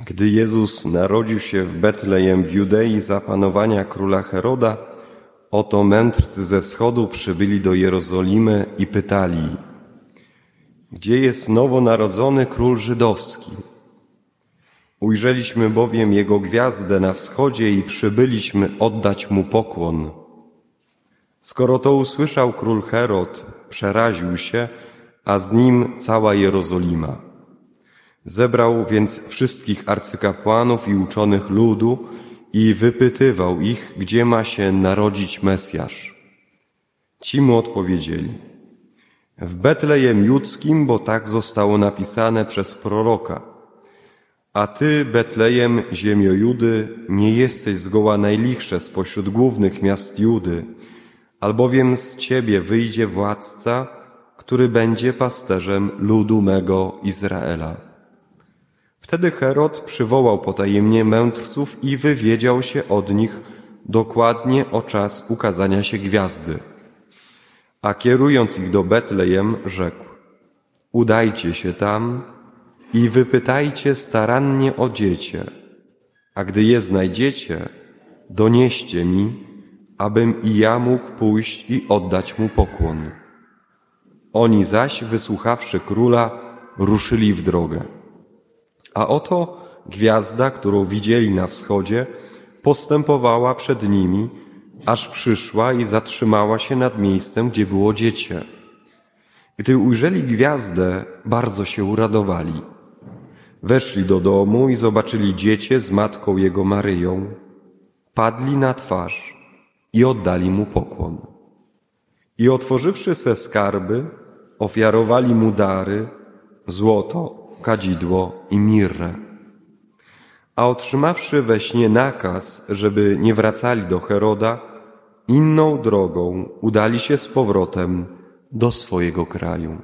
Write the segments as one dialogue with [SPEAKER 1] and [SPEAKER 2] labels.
[SPEAKER 1] Gdy Jezus narodził się w Betlejem w Judei za panowania króla Heroda, oto mędrcy ze wschodu przybyli do Jerozolimy i pytali: gdzie jest nowonarodzony król żydowski? Ujrzeliśmy bowiem jego gwiazdę na wschodzie i przybyliśmy oddać mu pokłon. Skoro to usłyszał król Herod, przeraził się, a z nim cała Jerozolima. Zebrał więc wszystkich arcykapłanów i uczonych ludu i wypytywał ich, gdzie ma się narodzić Mesjasz. Ci mu odpowiedzieli: w Betlejem Judzkim, bo tak zostało napisane przez proroka. A ty, Betlejem, ziemio Judy, nie jesteś zgoła najlichsze spośród głównych miast Judy, albowiem z ciebie wyjdzie władca, który będzie pasterzem ludu mego Izraela. Wtedy Herod przywołał potajemnie mędrców i wywiedział się od nich dokładnie o czas ukazania się gwiazdy. A kierując ich do Betlejem, rzekł: udajcie się tam i wypytajcie starannie o dziecię, a gdy je znajdziecie, donieście mi, abym i ja mógł pójść i oddać mu pokłon. Oni zaś, wysłuchawszy króla, ruszyli w drogę. A oto gwiazda, którą widzieli na wschodzie, postępowała przed nimi, aż przyszła i zatrzymała się nad miejscem, gdzie było dziecię. Gdy ujrzeli gwiazdę, bardzo się uradowali. Weszli do domu i zobaczyli dziecię z matką jego Maryją. Padli na twarz i oddali mu pokłon. I otworzywszy swe skarby, ofiarowali mu dary, złoto, kadzidło i mirrę. A otrzymawszy we śnie nakaz, żeby nie wracali do Heroda, inną drogą udali się z powrotem do swojego kraju.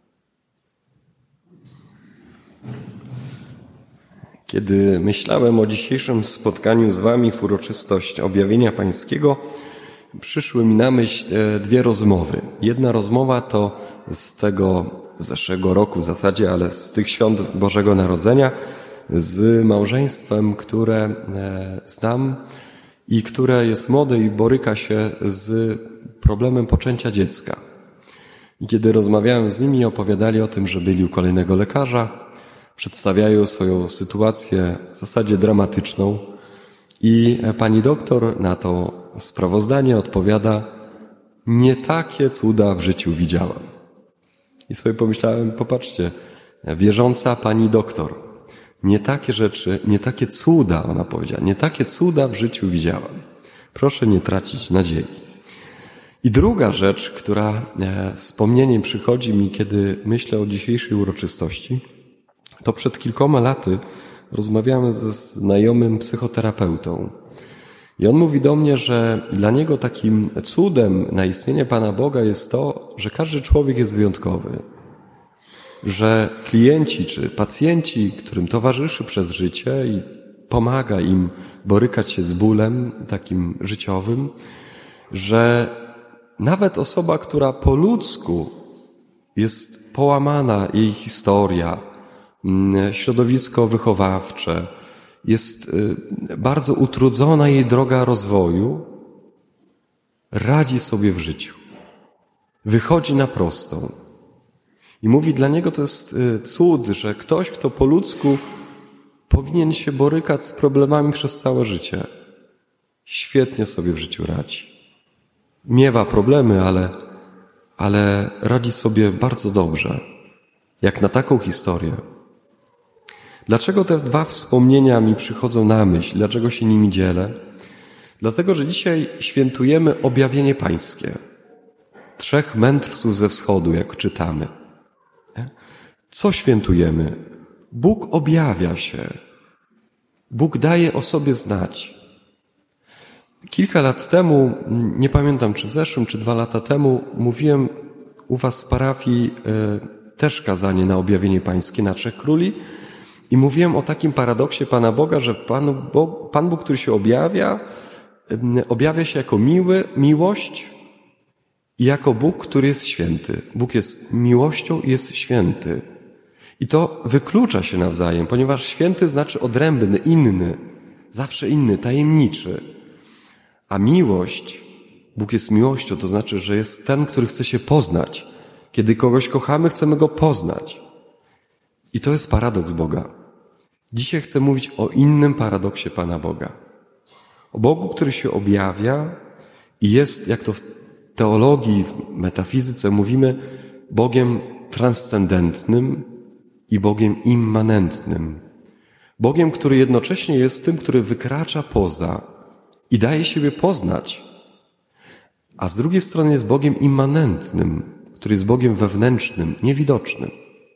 [SPEAKER 1] Kiedy myślałem o dzisiejszym spotkaniu z wami w uroczystość Objawienia Pańskiego, przyszły mi na myśl dwie rozmowy. Jedna rozmowa to z tego zeszłego roku w zasadzie, ale z tych świąt Bożego Narodzenia, z małżeństwem, które znam i które jest młode i boryka się z problemem poczęcia dziecka. I kiedy rozmawiałem z nimi, opowiadali o tym, że byli u kolejnego lekarza, przedstawiają swoją sytuację w zasadzie dramatyczną i pani doktor na to sprawozdanie odpowiada: nie takie cuda w życiu widziałam. I sobie pomyślałem, popatrzcie, wierząca pani doktor, nie takie rzeczy, nie takie cuda, ona powiedziała, nie takie cuda w życiu widziałam. Proszę nie tracić nadziei. I druga rzecz, która wspomnieniem przychodzi mi, kiedy myślę o dzisiejszej uroczystości, to przed kilkoma laty rozmawiałem ze znajomym psychoterapeutą. I on mówi do mnie, że dla niego takim cudem na istnienie Pana Boga jest to, że każdy człowiek jest wyjątkowy. Że klienci czy pacjenci, którym towarzyszy przez życie i pomaga im borykać się z bólem takim życiowym, że nawet osoba, która po ludzku jest połamana, jej historia, środowisko wychowawcze, jest bardzo utrudzona jej droga rozwoju, radzi sobie w życiu. Wychodzi na prostą. I mówi, dla niego to jest cud, że ktoś, kto po ludzku powinien się borykać z problemami przez całe życie, świetnie sobie w życiu radzi. Miewa problemy, ale radzi sobie bardzo dobrze. Jak na taką historię. Dlaczego te dwa wspomnienia mi przychodzą na myśl? Dlaczego się nimi dzielę? Dlatego, że dzisiaj świętujemy Objawienie Pańskie. 3 mędrców ze wschodu, jak czytamy. Co świętujemy? Bóg objawia się. Bóg daje o sobie znać. Kilka lat temu, nie pamiętam czy w zeszłym, czy 2 lata temu, mówiłem u was w parafii też kazanie na Objawienie Pańskie, na 3 króli i mówiłem o takim paradoksie Pana Boga, że Pan Bóg, który się objawia się jako miłość i jako Bóg, który jest święty. Bóg jest miłością i jest święty. I to wyklucza się nawzajem, ponieważ święty znaczy odrębny, inny, zawsze inny, tajemniczy. A miłość, Bóg jest miłością, to znaczy, że jest ten, który chce się poznać. Kiedy kogoś kochamy, chcemy go poznać. I to jest paradoks Boga. Dzisiaj chcę mówić o innym paradoksie Pana Boga. O Bogu, który się objawia i jest, jak to w teologii, w metafizyce mówimy, Bogiem transcendentnym i Bogiem immanentnym. Bogiem, który jednocześnie jest tym, który wykracza poza i daje siebie poznać, a z drugiej strony jest Bogiem immanentnym, który jest Bogiem wewnętrznym, niewidocznym.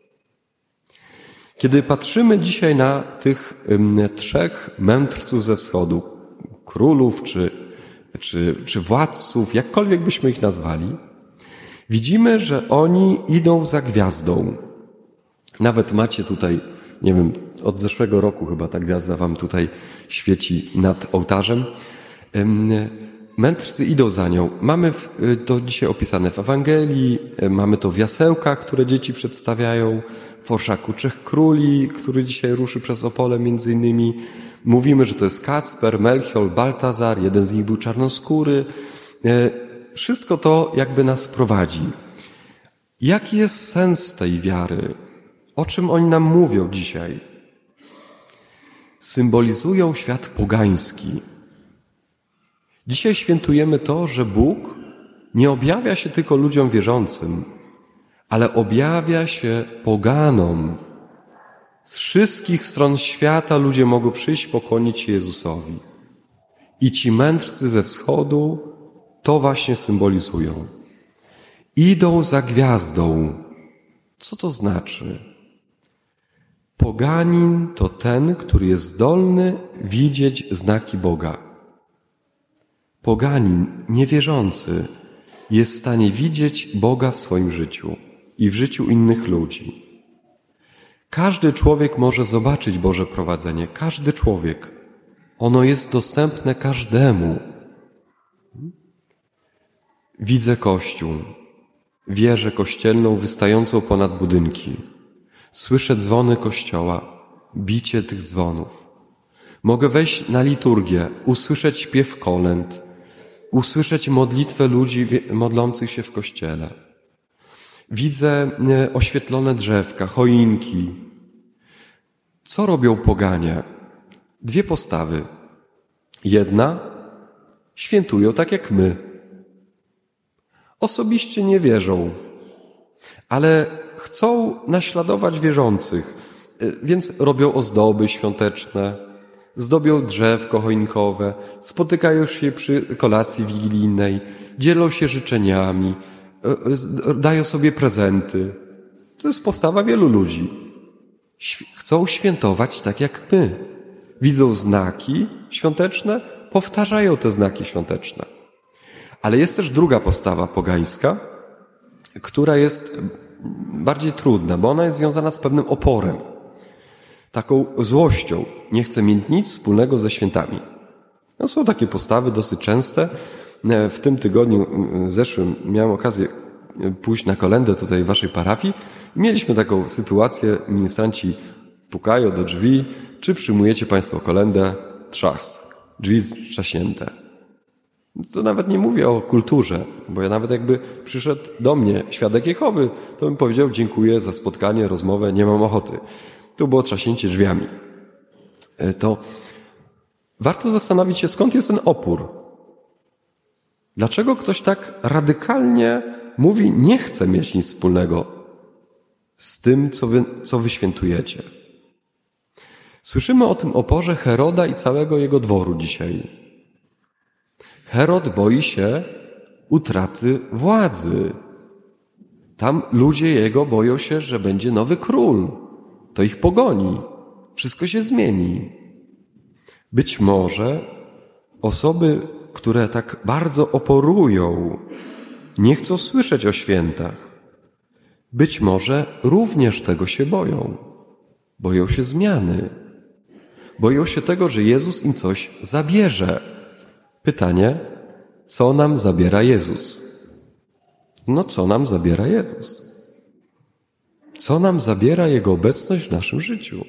[SPEAKER 1] Kiedy patrzymy dzisiaj na tych trzech mędrców ze wschodu, królów czy władców, jakkolwiek byśmy ich nazwali, widzimy, że oni idą za gwiazdą. Nawet macie tutaj, nie wiem, od zeszłego roku chyba ta gwiazda wam tutaj świeci nad ołtarzem. Mędrcy idą za nią. Mamy to dzisiaj opisane w Ewangelii, mamy to w jasełkach, które dzieci przedstawiają, w orszaku Trzech Króli, który dzisiaj ruszy przez Opole między innymi. Mówimy, że to jest Kacper, Melchior, Baltazar, jeden z nich był czarnoskóry. Wszystko to jakby nas prowadzi. Jaki jest sens tej wiary? O czym oni nam mówią dzisiaj? Symbolizują świat pogański. Dzisiaj świętujemy to, że Bóg nie objawia się tylko ludziom wierzącym, ale objawia się poganom. Z wszystkich stron świata ludzie mogą przyjść pokłonić się Jezusowi. I ci mędrcy ze wschodu to właśnie symbolizują. Idą za gwiazdą. Co to znaczy? Poganin to ten, który jest zdolny widzieć znaki Boga. Poganin, niewierzący, jest w stanie widzieć Boga w swoim życiu i w życiu innych ludzi. Każdy człowiek może zobaczyć Boże prowadzenie. Każdy człowiek. Ono jest dostępne każdemu. Widzę Kościół, wieżę kościelną wystającą ponad budynki. Słyszę dzwony Kościoła, bicie tych dzwonów. Mogę wejść na liturgię, usłyszeć śpiew kolęd, usłyszeć modlitwę ludzi modlących się w Kościele. Widzę oświetlone drzewka, choinki. Co robią poganie? Dwie postawy. Jedna, świętują tak jak my. Osobiście nie wierzą, ale chcą naśladować wierzących, więc robią ozdoby świąteczne, zdobią drzewko choinkowe, spotykają się przy kolacji wigilijnej, dzielą się życzeniami, dają sobie prezenty. To jest postawa wielu ludzi. Chcą świętować tak jak my. Widzą znaki świąteczne, powtarzają te znaki świąteczne. Ale jest też druga postawa pogańska, która jest bardziej trudna, bo ona jest związana z pewnym oporem. Taką złością. Nie chce mieć nic wspólnego ze świętami. No, są takie postawy dosyć częste. W tym tygodniu zeszłym miałem okazję pójść na kolędę tutaj w waszej parafii. Mieliśmy taką sytuację, ministranci pukają do drzwi, czy przyjmujecie państwo kolędę? Trzask. Drzwi trzaśnięte. To nawet nie mówię o kulturze, bo ja nawet jakby przyszedł do mnie świadek Jehowy, to bym powiedział dziękuję za spotkanie, rozmowę, nie mam ochoty. To było trzaśnięcie drzwiami. To warto zastanowić się, skąd jest ten opór. Dlaczego ktoś tak radykalnie mówi, nie chce mieć nic wspólnego z tym, co wy świętujecie? Słyszymy o tym oporze Heroda i całego jego dworu dzisiaj. Herod boi się utraty władzy. Tam ludzie jego boją się, że będzie nowy król. To ich pogoni. Wszystko się zmieni. Być może osoby, które tak bardzo oporują, nie chcą słyszeć o świętach. Być może również tego się boją. Boją się zmiany. Boją się tego, że Jezus im coś zabierze. Pytanie, co nam zabiera Jezus? No co nam zabiera Jezus? Co nam zabiera Jego obecność w naszym życiu?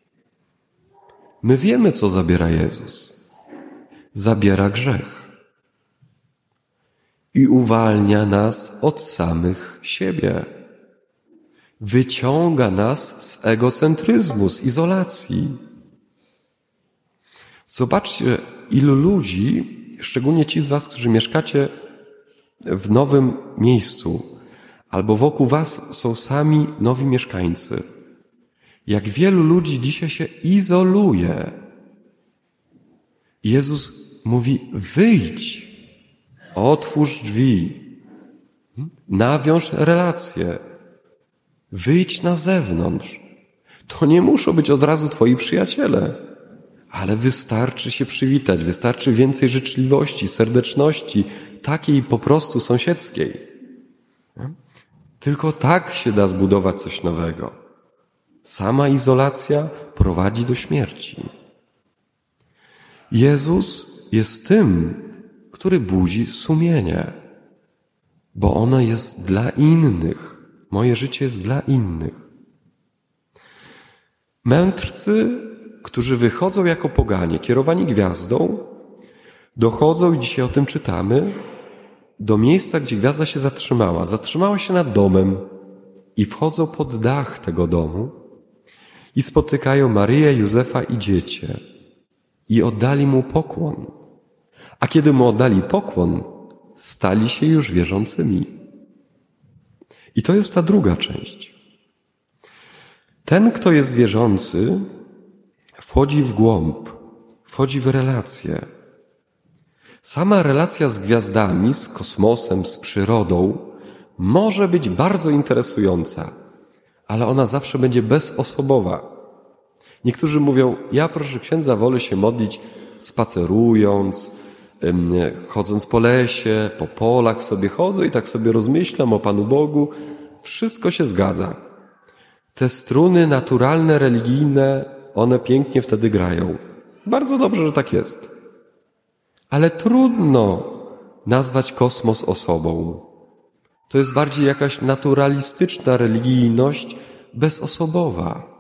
[SPEAKER 1] My wiemy, co zabiera Jezus. Zabiera grzech. I uwalnia nas od samych siebie. Wyciąga nas z egocentryzmu, z izolacji. Zobaczcie, ilu ludzi, szczególnie ci z was, którzy mieszkacie w nowym miejscu, albo wokół was są sami nowi mieszkańcy. Jak wielu ludzi dzisiaj się izoluje. Jezus mówi, wyjdź, otwórz drzwi, nawiąż relacje, wyjdź na zewnątrz. To nie muszą być od razu twoi przyjaciele, ale wystarczy się przywitać, wystarczy więcej życzliwości, serdeczności, takiej po prostu sąsiedzkiej. Tylko tak się da zbudować coś nowego. Sama izolacja prowadzi do śmierci. Jezus jest tym, który budzi sumienie, bo ono jest dla innych. Moje życie jest dla innych. Mędrcy, którzy wychodzą jako poganie, kierowani gwiazdą, dochodzą, i dzisiaj o tym czytamy, do miejsca, gdzie gwiazda się zatrzymała. Zatrzymała się nad domem i wchodzą pod dach tego domu i spotykają Maryję, Józefa i dziecię i oddali mu pokłon. A kiedy mu oddali pokłon, stali się już wierzącymi. I to jest ta druga część. Ten, kto jest wierzący, wchodzi w głąb, wchodzi w relacje. Sama relacja z gwiazdami, z kosmosem, z przyrodą może być bardzo interesująca, ale ona zawsze będzie bezosobowa. Niektórzy mówią, ja proszę księdza wolę się modlić spacerując, chodząc po lesie, po polach sobie chodzę i tak sobie rozmyślam o Panu Bogu. Wszystko się zgadza. Te struny naturalne, religijne, one pięknie wtedy grają. Bardzo dobrze, że tak jest. Ale trudno nazwać kosmos osobą. To jest bardziej jakaś naturalistyczna religijność bezosobowa.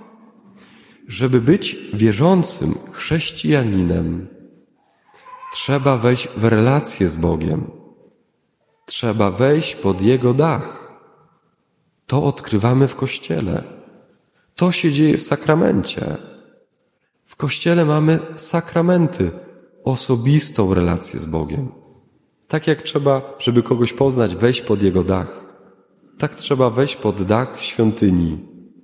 [SPEAKER 1] Żeby być wierzącym chrześcijaninem, trzeba wejść w relację z Bogiem. Trzeba wejść pod Jego dach. To odkrywamy w Kościele. To się dzieje w sakramencie. W Kościele mamy sakramenty, osobistą relację z Bogiem. Tak jak trzeba, żeby kogoś poznać, wejść pod Jego dach, tak trzeba wejść pod dach świątyni.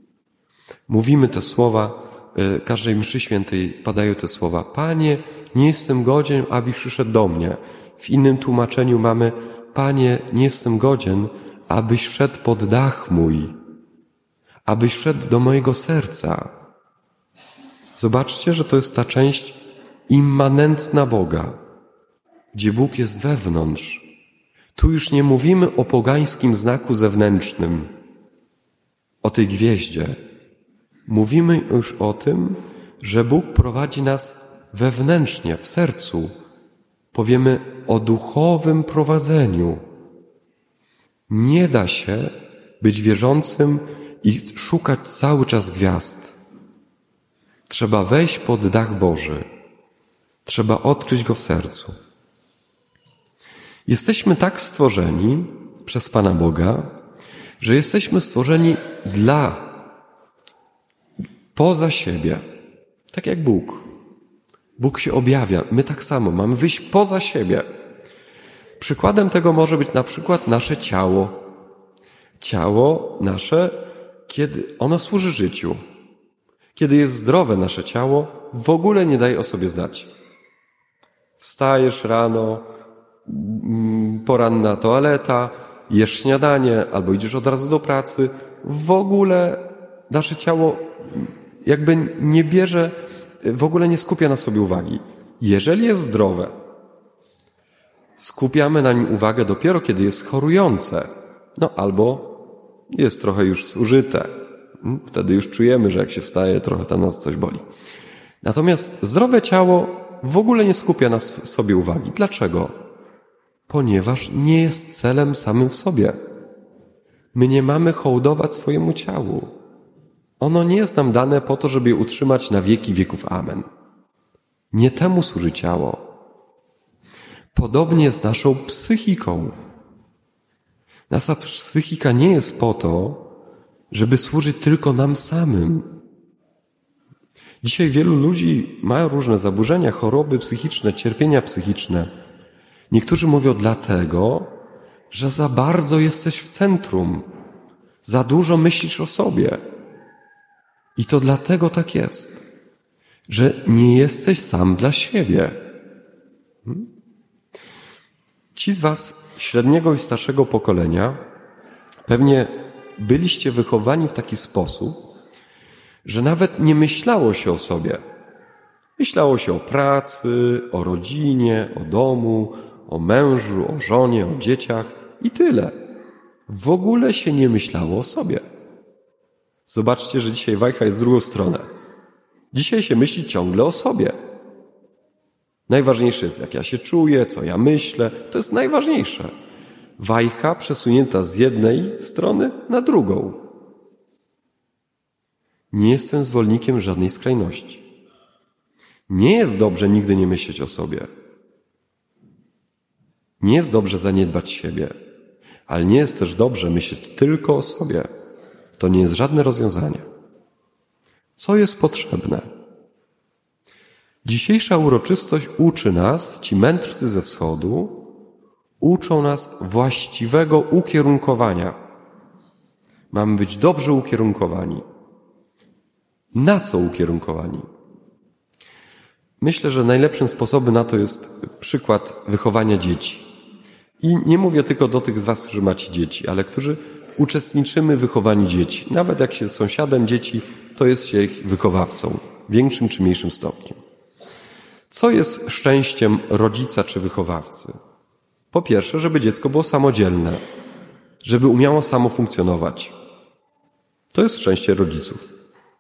[SPEAKER 1] Mówimy te słowa, każdej mszy świętej padają te słowa. Panie, nie jestem godzien, abyś przyszedł do mnie. W innym tłumaczeniu mamy, Panie, nie jestem godzien, abyś wszedł pod dach mój, abyś wszedł do mojego serca. Zobaczcie, że to jest ta część immanentna Boga, gdzie Bóg jest wewnątrz. Tu już nie mówimy o pogańskim znaku zewnętrznym, o tej gwieździe. Mówimy już o tym, że Bóg prowadzi nas wewnętrznie, w sercu. Powiemy o duchowym prowadzeniu. Nie da się być wierzącym i szukać cały czas gwiazd. Trzeba wejść pod dach Boży. Trzeba odkryć go w sercu. Jesteśmy tak stworzeni przez Pana Boga, że jesteśmy stworzeni poza siebie. Tak jak Bóg. Bóg się objawia. My tak samo mamy wyjść poza siebie. Przykładem tego może być na przykład nasze ciało. Ciało nasze, kiedy ono służy życiu. Kiedy jest zdrowe nasze ciało, w ogóle nie daje o sobie znać. Wstajesz rano, poranna toaleta, jesz śniadanie albo idziesz od razu do pracy. W ogóle nasze ciało jakby nie bierze, w ogóle nie skupia na sobie uwagi. Jeżeli jest zdrowe, skupiamy na nim uwagę dopiero, kiedy jest chorujące. Albo jest trochę już zużyte. Wtedy już czujemy, że jak się wstaje, trochę tam nas coś boli. Natomiast zdrowe ciało w ogóle nie skupia na sobie uwagi. Dlaczego? Ponieważ nie jest celem samym w sobie. My nie mamy hołdować swojemu ciału. Ono nie jest nam dane po to, żeby je utrzymać na wieki wieków. Amen. Nie temu służy ciało. Podobnie z naszą psychiką. Nasza psychika nie jest po to, żeby służyć tylko nam samym. Dzisiaj wielu ludzi ma różne zaburzenia, choroby psychiczne, cierpienia psychiczne. Niektórzy mówią dlatego, że za bardzo jesteś w centrum, za dużo myślisz o sobie. I to dlatego tak jest, że nie jesteś sam dla siebie. Ci z was średniego i starszego pokolenia pewnie byliście wychowani w taki sposób, że nawet nie myślało się o sobie. Myślało się o pracy, o rodzinie, o domu, o mężu, o żonie, o dzieciach i tyle. W ogóle się nie myślało o sobie. Zobaczcie, że dzisiaj wajcha jest w drugą stronę. Dzisiaj się myśli ciągle o sobie. Najważniejsze jest, jak ja się czuję, co ja myślę. To jest najważniejsze. Wajcha przesunięta z jednej strony na drugą. Nie jestem zwolennikiem żadnej skrajności. Nie jest dobrze nigdy nie myśleć o sobie. Nie jest dobrze zaniedbać siebie, ale nie jest też dobrze myśleć tylko o sobie. To nie jest żadne rozwiązanie. Co jest potrzebne? Dzisiejsza uroczystość uczy nas, ci mędrcy ze wschodu, uczą nas właściwego ukierunkowania. Mamy być dobrze ukierunkowani. Na co ukierunkowani? Myślę, że najlepszym sposobem na to jest przykład wychowania dzieci. I nie mówię tylko do tych z was, którzy macie dzieci, ale którzy uczestniczymy w wychowaniu dzieci. Nawet jak się jest sąsiadem dzieci, to jest się ich wychowawcą w większym czy mniejszym stopniu. Co jest szczęściem rodzica czy wychowawcy? Po pierwsze, żeby dziecko było samodzielne, żeby umiało samo funkcjonować. To jest szczęście rodziców.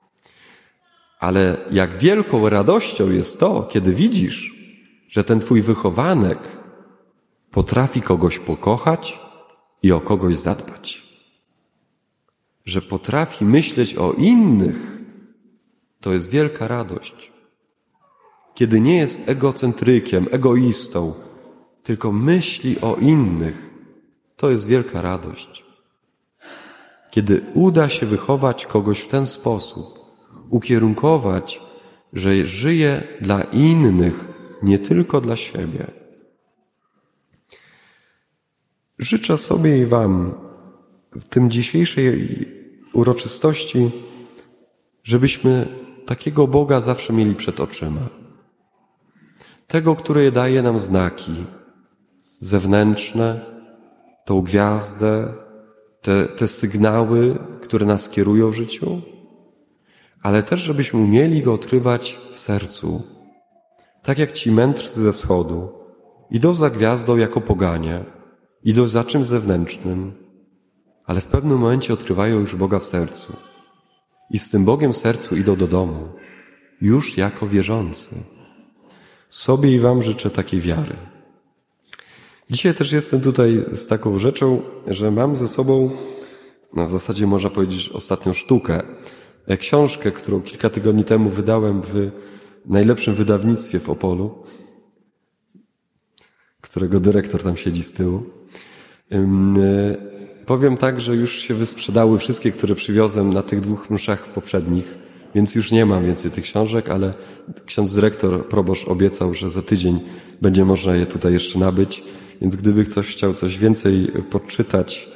[SPEAKER 1] Ale jak wielką radością jest to, kiedy widzisz, że ten twój wychowanek potrafi kogoś pokochać i o kogoś zadbać. Że potrafi myśleć o innych, to jest wielka radość. Kiedy nie jest egocentrykiem, egoistą, tylko myśli o innych, to jest wielka radość. Kiedy uda się wychować kogoś w ten sposób, ukierunkować, że żyje dla innych, nie tylko dla siebie. Życzę sobie i wam w tym dzisiejszej uroczystości, żebyśmy takiego Boga zawsze mieli przed oczyma. Tego, który daje nam znaki zewnętrzne, tą gwiazdę, te sygnały, które nas kierują w życiu, ale też, żebyśmy umieli Go odkrywać w sercu. Tak jak ci mędrcy ze wschodu idą za gwiazdą jako poganie, idą za czymś zewnętrznym, ale w pewnym momencie odkrywają już Boga w sercu. I z tym Bogiem w sercu idą do domu, już jako wierzący. Sobie i wam życzę takiej wiary. Dzisiaj też jestem tutaj z taką rzeczą, że mam ze sobą, w zasadzie można powiedzieć ostatnią sztukę, książkę, którą kilka tygodni temu wydałem w najlepszym wydawnictwie w Opolu, którego dyrektor tam siedzi z tyłu. Powiem tak, że już się wysprzedały wszystkie, które przywiozłem na tych 2 mszach poprzednich, więc już nie mam więcej tych książek, ale ksiądz dyrektor proboszcz obiecał, że za tydzień będzie można je tutaj jeszcze nabyć, więc gdyby ktoś chciał coś więcej poczytać,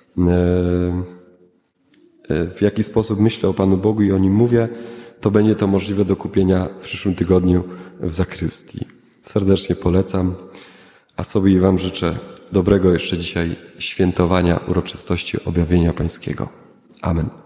[SPEAKER 1] w jaki sposób myślę o Panu Bogu i o Nim mówię, to będzie to możliwe do kupienia w przyszłym tygodniu w zakrystii. Serdecznie polecam, a sobie i wam życzę dobrego jeszcze dzisiaj świętowania uroczystości Objawienia Pańskiego. Amen.